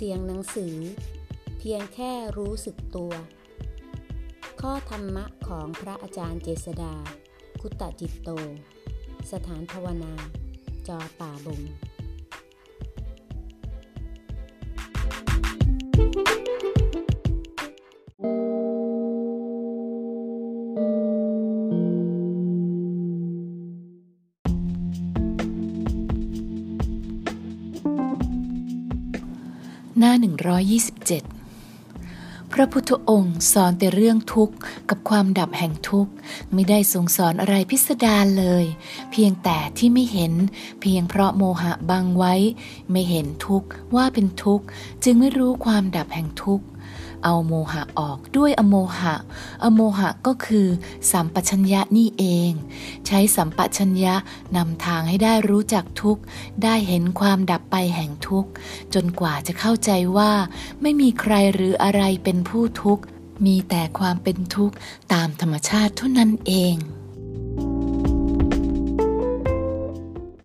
สียงหนังสือเพียงแค่รู้สึกตัวข้อธรรมะของพระอาจารย์เจษฎาคุตจิตโตสถานภาวนาจอป่าบงหน้า127พระพุทธองค์สอนแต่เรื่องทุกข์กับความดับแห่งทุกข์ไม่ได้ทรงสอนอะไรพิสดารเลยเพียงแต่ที่ไม่เห็นเพียงเพราะโมหะบังไว้ไม่เห็นทุกข์ว่าเป็นทุกข์จึงไม่รู้ความดับแห่งทุกข์เอาโมหะออกด้วยอโมหะอโมหะก็คือสัมปชัญญะนี่เองใช้สัมปชัญญะนำทางให้ได้รู้จักทุกข์ได้เห็นความดับไปแห่งทุกข์จนกว่าจะเข้าใจว่าไม่มีใครหรืออะไรเป็นผู้ทุกข์มีแต่ความเป็นทุกข์ตามธรรมชาติเท่านั้นเอง